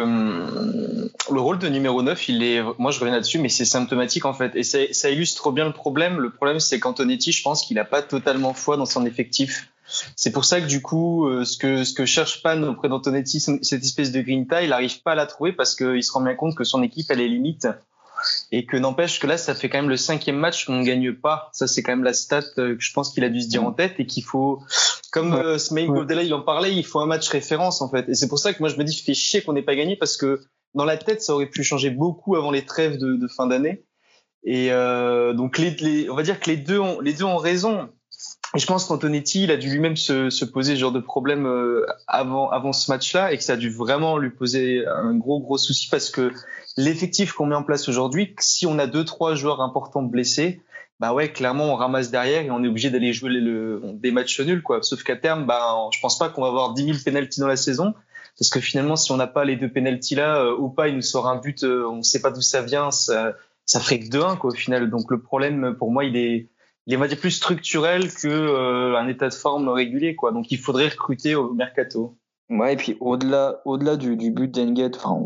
que le rôle de numéro 9, moi je reviens là-dessus, mais c'est symptomatique en fait. Et ça illustre bien le problème. Le problème, c'est qu'Antonetti, je pense qu'il a pas totalement foi dans son effectif. C'est pour ça que du coup, ce que cherche Pan auprès d'Antonetti, cette espèce de grinta, il arrive pas à la trouver parce qu'il se rend bien compte que son équipe, elle est limite. Et que n'empêche que là, ça fait quand même le 5e match qu'on ne gagne pas. Ça, c'est quand même la stat que je pense qu'il a dû se dire en tête, et qu'il faut, comme Smaïl Goldela, il en parlait, il faut un match référence, en fait. Et c'est pour ça que moi, je me dis, fait chier qu'on n'ait pas gagné, parce que dans la tête, ça aurait pu changer beaucoup avant les trêves de fin d'année. Et donc, on va dire que les deux ont raison. Et je pense qu'Antonetti, il a dû lui-même se poser ce genre de problème avant ce match-là, et que ça a dû vraiment lui poser un gros souci, parce que l'effectif qu'on met en place aujourd'hui, si on a 2-3 joueurs importants blessés, clairement on ramasse derrière et on est obligé d'aller jouer des matchs nuls quoi. Sauf qu'à terme, je pense pas qu'on va avoir 10 000 pénaltys dans la saison, parce que finalement si on n'a pas les 2 pénaltys là, Opa il nous sort un but, on sait pas d'où ça vient, ça ferait que 2-1 quoi au final. Donc le problème pour moi il est on va dire plus structurel que un état de forme régulier quoi. Donc il faudrait recruter au mercato. Ouais, et puis au-delà du but d'Enguet, enfin,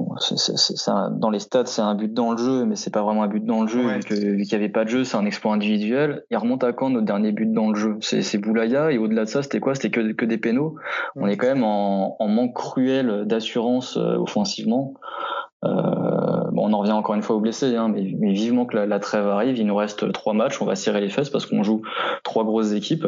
dans les stats, c'est un but dans le jeu, mais c'est pas vraiment un but dans le jeu, vu qu'il n'y avait pas de jeu, c'est un exploit individuel. Il remonte à quand notre dernier but dans le jeu? C'est Boulaya, et au-delà de ça, c'était quoi? C'était que des pénaux. On est quand même en manque cruel d'assurance offensivement. On en revient encore une fois aux blessés, mais vivement que la trêve arrive. Il nous reste 3 matchs, on va serrer les fesses parce qu'on joue 3 grosses équipes.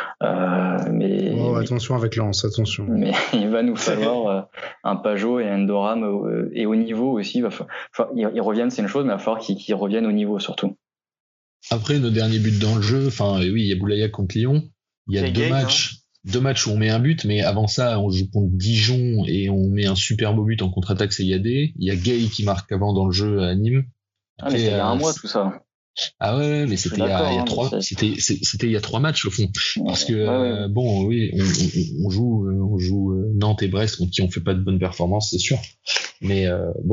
Attention avec Lens, attention. Mais il va nous falloir un Pajot et un Endoram, et au niveau aussi. Ils reviennent, c'est une chose, mais il va falloir qu'ils reviennent au niveau surtout. Après, nos derniers buts dans le jeu, oui, il y a Boulaya contre Lyon. Il y a deux matchs où on met un but, mais avant ça, on joue contre Dijon et on met un super beau but en contre-attaque, c'est Yadé. Il y a Gay qui marque avant dans le jeu à Nîmes. Mais c'était il y a un mois tout ça. Ah ouais, mais c'était il y a 3, c'était il y a 3 matchs au fond. Parce que oui, on joue Nantes et Brest contre qui on fait pas de bonnes performances, c'est sûr. Mais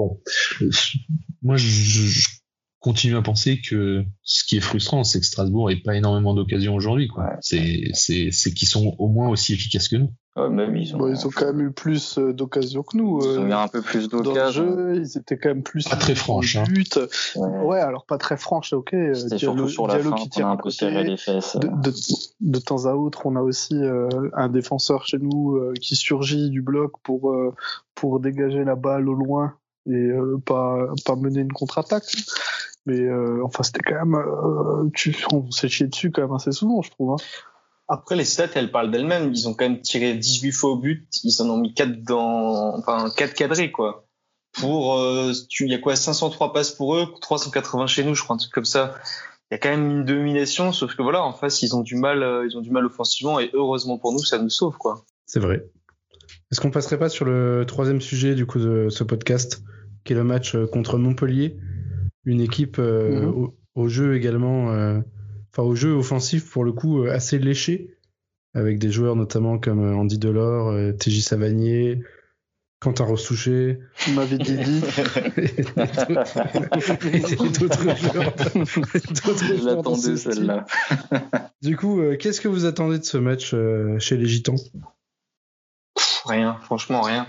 moi je continue à penser que ce qui est frustrant, c'est que Strasbourg n'ait pas énormément d'occasions aujourd'hui, quoi. C'est qu'ils sont au moins aussi efficaces que nous. Ouais, même ils ont quand même eu plus d'occasions que nous. Ils ont eu un peu plus d'occasions. Ils étaient quand même plus. Pas très franches. Ouais, alors pas très franches, ok. C'était surtout sur la fin qu'on a un peu serré les fesses. De temps à autre, on a aussi un défenseur chez nous qui surgit du bloc pour dégager la balle au loin et pas mener une contre-attaque. Mais c'était quand même on s'est chié dessus quand même assez souvent, je trouve. Après, les stats, elles parlent d'elles-mêmes. Ils ont quand même tiré 18 fois au but. Ils en ont mis 4 4 cadrés, quoi. Il y a quoi, 503 passes pour eux, 380 chez nous, je crois, un truc comme ça. Il y a quand même une domination, sauf que voilà, en face, ils ont du mal offensivement, et heureusement pour nous, ça nous sauve, quoi. C'est vrai. Est-ce qu'on passerait pas sur le 3e sujet, du coup, de ce podcast, qui est le match contre Montpellier? Une équipe au jeu également, au jeu offensif pour le coup assez léché, avec des joueurs notamment comme Andy Delors, TJ Savanier, Quentin Rostouché, Mavid Didi et d'autres joueurs. Je l'attendais celle-là. Du coup, qu'est-ce que vous attendez de ce match chez les Gitans? Rien, franchement rien.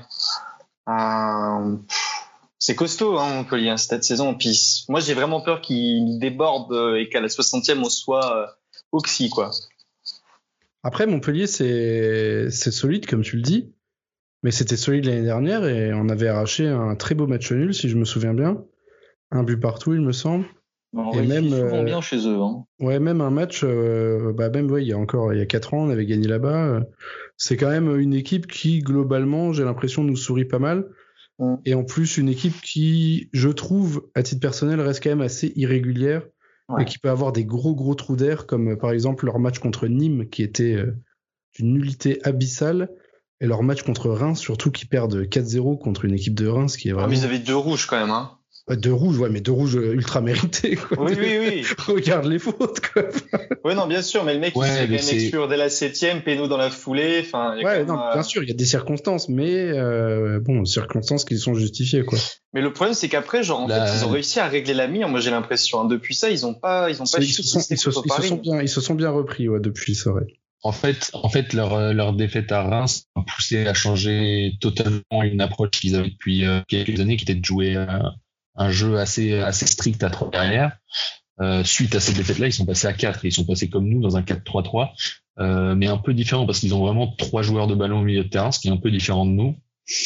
C'est costaud, Montpellier, cette saison. Puis moi, j'ai vraiment peur qu'il déborde et qu'à la 60e, on soit oxy, quoi. Après, Montpellier, c'est solide, comme tu le dis. Mais c'était solide l'année dernière et on avait arraché un très beau match nul, si je me souviens bien. Un but partout, il me semble. On Et réussit même, souvent bien chez eux. Hein. Ouais, même un match, il y a 4 ans, on avait gagné là-bas. C'est quand même une équipe qui, globalement, j'ai l'impression, nous sourit pas mal. Et en plus, une équipe qui, je trouve, à titre personnel, reste quand même assez irrégulière et qui peut avoir des gros trous d'air, comme par exemple leur match contre Nîmes, qui était d'une nullité abyssale, et leur match contre Reims, surtout, qui perdent 4-0 contre une équipe de Reims qui est vraiment... mais ils avaient 2 rouges quand même, hein. 2 rouges, ouais, mais 2 rouges ultra mérités, quoi. Oui. Regarde les fautes, quoi. Oui, non, bien sûr, mais le mec, il se fait quand même exclure dès la 7ème, péno dans la foulée, enfin... Bien sûr, il y a des circonstances, mais circonstances qui sont justifiées, quoi. Mais le problème, c'est qu'après, genre, en fait, ils ont réussi à régler la mire, moi j'ai l'impression. Hein. Depuis ça, ils ont pas su ils se sont bien repris, ouais, depuis, c'est vrai. En fait, leur défaite à Reims a poussé à changer totalement une approche qu'ils avaient depuis quelques années, qui était de jouer un jeu assez strict à 3 derrière. Suite à cette défaite-là, ils sont passés à 4 et ils sont passés comme nous dans un 4-3-3, mais un peu différent parce qu'ils ont vraiment 3 joueurs de ballon au milieu de terrain, ce qui est un peu différent de nous.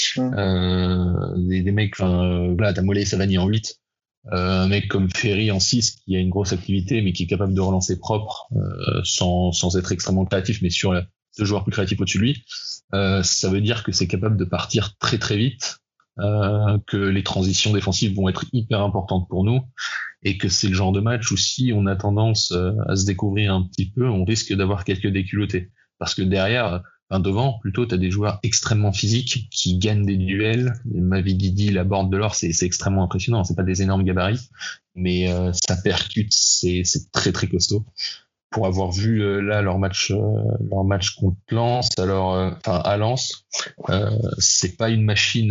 Des mecs, t'as Mollet et Savani en 8. Un mec comme Ferry en 6 qui a une grosse activité mais qui est capable de relancer propre sans être extrêmement créatif, mais sur 2 joueurs plus créatifs au-dessus de lui. Ça veut dire que c'est capable de partir très très vite, que les transitions défensives vont être hyper importantes pour nous et que c'est le genre de match où si on a tendance à se découvrir un petit peu, on risque d'avoir quelques déculottés parce que derrière, devant, plutôt, t'as des joueurs extrêmement physiques qui gagnent des duels. Mavididi, la Borde de l'Or, c'est extrêmement impressionnant. C'est pas des énormes gabarits, mais ça percute, c'est très très costaud. Pour avoir vu là leur match contre Lens, à Lens, c'est pas une machine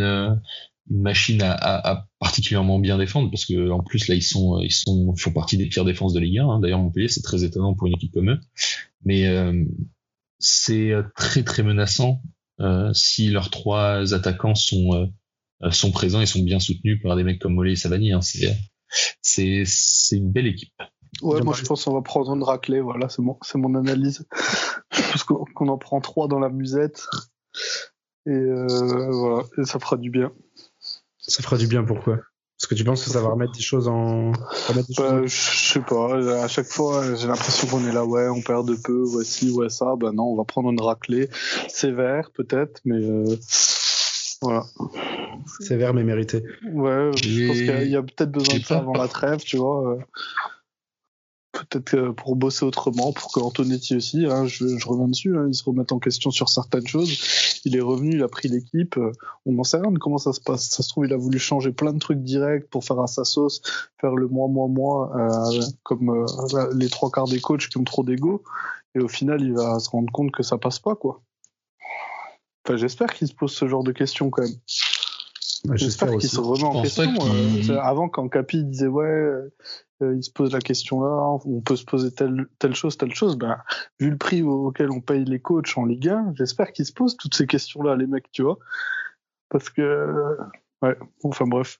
à particulièrement bien défendre parce que en plus là ils font partie des pires défenses de Ligue 1. Hein. D'ailleurs Montpellier, c'est très étonnant pour une équipe comme eux, mais c'est très très menaçant si leurs 3 attaquants sont présents et sont bien soutenus par des mecs comme Mollet et Savani. Hein. C'est une belle équipe. Ouais, moi je pense qu'on va prendre une raclée, voilà, c'est mon analyse. Parce qu'on en prend 3 dans la musette. Et voilà, et ça fera du bien. Ça fera du bien, pourquoi ? Parce que tu penses que ça va remettre des choses en... Je sais pas, à chaque fois j'ai l'impression qu'on est là, ouais, on perd de peu, voici, ouais ça, non, on va prendre une raclée sévère peut-être, mais voilà. Sévère mais mérité. Ouais, je pense qu'il y a peut-être besoin de ça avant la trêve, tu vois. Peut-être pour bosser autrement, pour qu'Antonetti aussi, hein, je reviens dessus, hein, il se remette en question sur certaines choses. Il est revenu, il a pris l'équipe, on n'en sait rien de comment ça se passe. Ça se trouve, il a voulu changer plein de trucs directs pour faire à sa sauce, faire le moi, comme les 3/4 des coachs qui ont trop d'ego. Et au final, il va se rendre compte que ça passe pas, quoi. Enfin, j'espère qu'il se pose ce genre de questions quand même. J'espère qu'il se remet en question. Avant, quand Capi disait il se pose la question là, on peut se poser telle chose. Vu le prix auquel on paye les coachs en Ligue 1, j'espère qu'ils se posent toutes ces questions là, les mecs, tu vois. Parce que enfin bref.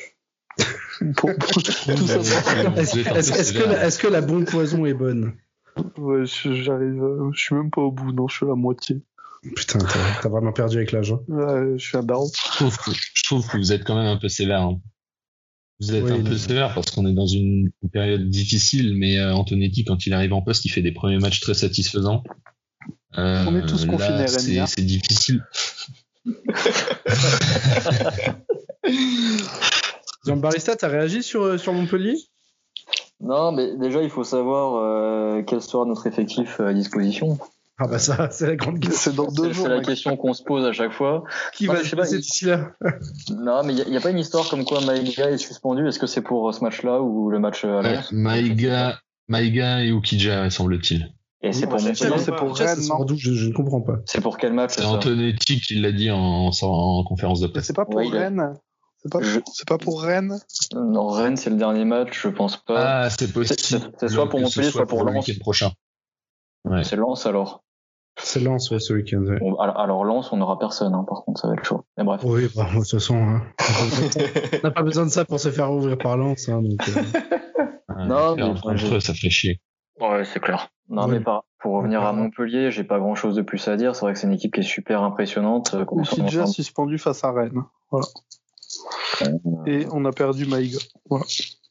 Est-ce que la bonne poison est bonne? Ouais, je suis même pas au bout, non, je suis à la moitié. Putain, t'as vraiment perdu avec l'âge. Hein. Ouais, je suis un daron. Je trouve que vous êtes quand même un peu sévère. Hein. Vous êtes un peu sévère parce qu'on est dans une période difficile, mais Antonetti, quand il arrive en poste, il fait des premiers matchs très satisfaisants. On est tous confinés, Rémi. C'est difficile. Jean Barista, t'as réagi sur Montpellier? Non, mais déjà, il faut savoir quel sera notre effectif à disposition. Ah bah ça, c'est la grande question. C'est dans 2 jours. C'est la question qu'on se pose à chaque fois. Qui va se passer d'ici là? Non, mais il n'y a pas une histoire comme quoi Maïga est suspendu. Est-ce que c'est pour ce match-là ou le match à l'Est? Maïga et Oukidja, semble-t-il. Et c'est pour Montpellier, c'est pour Rennes, non? Je ne comprends pas. C'est pour quel match? C'est Antonetti qui l'a dit en conférence de presse. C'est pas pour Rennes? C'est pas pour Rennes? Non, Rennes, c'est le dernier match, je pense pas. Ah, c'est possible. C'est soit pour Montpellier, soit pour Lens. Le week-end prochain. Ouais. C'est Lens alors. C'est Lens, ce week-end. Ouais. Bon, alors Lens, on n'aura personne, hein, par contre, ça va être chaud. Mais bref. Oui, de toute façon, hein. On n'a pas besoin de ça pour se faire ouvrir par Lens. Hein, donc, non, mais contre eux, ça fait chier. Ouais, c'est clair. Non, Ouais. mais pas. Pour revenir à Montpellier, j'ai pas grand chose de plus à dire. C'est vrai que c'est une équipe qui est super impressionnante. Aussi déjà suspendu face à Rennes. Voilà. Et on a perdu Maïga. Voilà.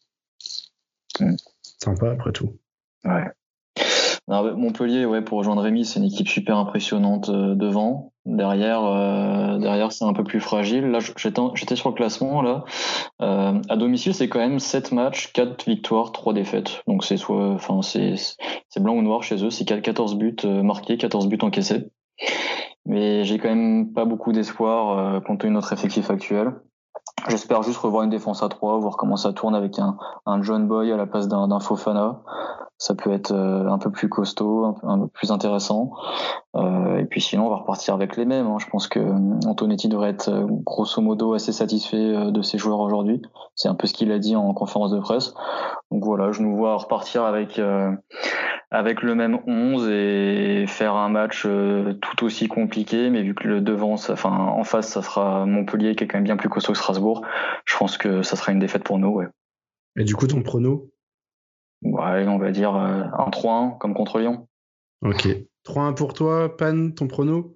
Sympa après tout. Ouais. Non, Montpellier, ouais, pour rejoindre Rémi, c'est une équipe super impressionnante devant. Derrière, c'est un peu plus fragile. Là, j'étais sur le classement, là. À domicile, c'est quand même 7 matchs, 4 victoires, 3 défaites. Donc c'est blanc ou noir chez eux. C'est 14 buts marqués, 14 buts encaissés. Mais j'ai quand même pas beaucoup d'espoir compte tenu de notre effectif actuel. J'espère juste revoir une défense à 3, voir comment ça tourne avec un John Boy à la place d'un Fofana. Ça peut être un peu plus costaud, un peu plus intéressant. Et puis sinon, on va repartir avec les mêmes. Je pense que Antonetti devrait être grosso modo assez satisfait de ses joueurs aujourd'hui. C'est un peu ce qu'il a dit en conférence de presse. Donc voilà, je nous vois repartir avec le même 11 et faire un match tout aussi compliqué, mais vu que en face, ça sera Montpellier qui est quand même bien plus costaud que Strasbourg, je pense que ça sera une défaite pour nous, ouais. Et du coup, ton prono? Ouais, on va dire un 3-1 comme contre Lyon. Ok. 3-1 pour toi, Pan, ton prono?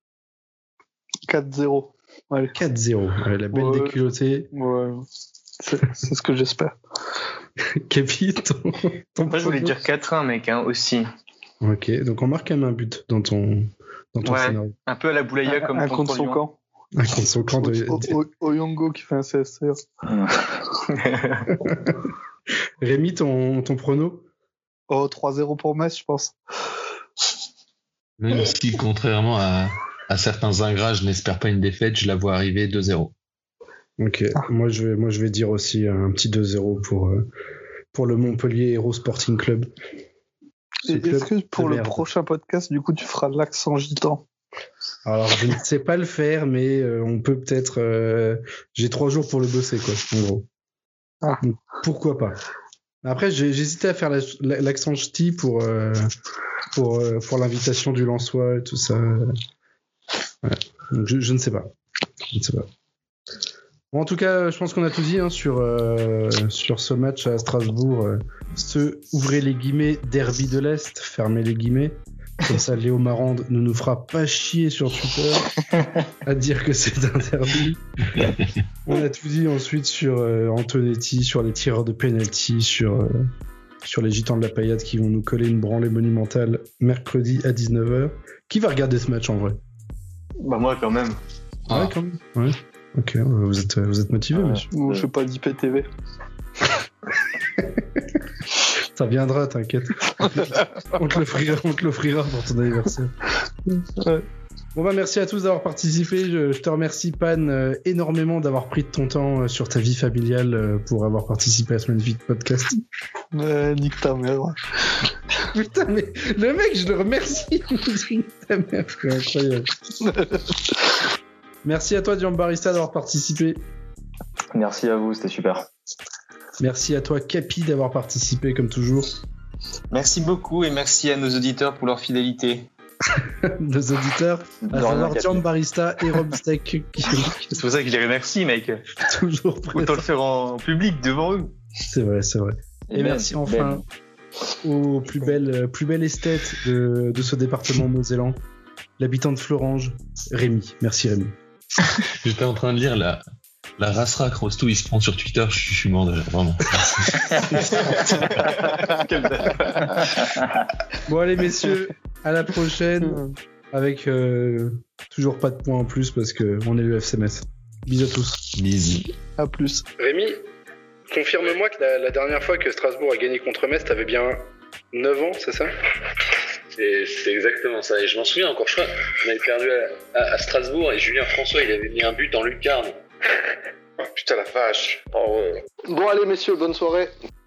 4-0. Ouais. 4-0. Ouais, la belle déculottée. Ouais. C'est ce que j'espère. Capi, ton Moi, je voulais dire 4-1, mec, aussi. Ok, donc on marque quand même un but dans ton scénario. Un peu à la Boulaya comme un contre son Lyon. camp. Un contre son camp de... Oyongo qui fait un CSR. Rémi, ton prono? 3-0 pour Metz, je pense. Même si, contrairement à certains ingrats, je n'espère pas une défaite, je la vois arriver 2-0. Ok, moi je vais dire aussi un petit 2-0 pour le Montpellier Hero Sporting Club. Est-ce que pour le prochain podcast, du coup, tu feras l'accent gitan? Alors, je ne sais pas le faire, mais on peut peut-être... j'ai 3 jours pour le bosser, quoi, en gros. Donc, pourquoi pas. Après, j'hésitais à faire l'accent ch'ti pour l'invitation du Lensois et tout ça. Ouais. Donc, je ne sais pas. Je ne sais pas. Bon, en tout cas, je pense qu'on a tout dit sur ce match à Strasbourg. Ouvrez les guillemets, derby de l'Est, fermez les guillemets. Comme ça, Léo Marande ne nous fera pas chier sur Twitter à dire que c'est un derby. On a tout dit ensuite sur Antonetti, sur les tireurs de penalty, sur les Gitans de la Paillade qui vont nous coller une branlée monumentale mercredi à 19h. Qui va regarder ce match en vrai? Bah moi quand même. Ouais, quand même. Ouais. Ok, vous êtes motivé, monsieur. Je fais pas d'IPTV. Ça viendra, t'inquiète. on te l'offrira pour ton anniversaire. Ouais. Bon bah merci à tous d'avoir participé. Je te remercie, Pan, énormément d'avoir pris de ton temps sur ta vie familiale pour avoir participé à ce magnifique podcast. Nique ta mère. Ouais. Putain, mais le mec, je le remercie. Nique ta mère, c'est incroyable. Merci à toi, Giambarista, d'avoir participé. Merci à vous, c'était super. Merci à toi, Capi, d'avoir participé comme toujours. Merci beaucoup et merci à nos auditeurs pour leur fidélité. Nos auditeurs, à savoir Giambarista et Rob Steak. C'est pour ça que je les remercie, mec. Toujours présent. Autant le faire en public devant eux. C'est vrai. Et merci enfin au plus belle esthète de ce département mosellan, l'habitant de Florange, Rémi. Merci Rémi. J'étais en train de lire la Rasra Crostou, il se prend sur Twitter, je suis mort déjà, vraiment. Bon allez messieurs, à la prochaine, avec toujours pas de points en plus parce qu'on est le FC Metz. Bisous à tous. Bisous. À plus. Rémi, confirme-moi que la dernière fois que Strasbourg a gagné contre Metz, t'avais bien 9 ans, c'est ça? C'est exactement ça, et je m'en souviens encore, je crois, on avait perdu à Strasbourg et Julien François, il avait mis un but en lucarne. Oh putain la vache. Oh, ouais. Bon allez messieurs, bonne soirée.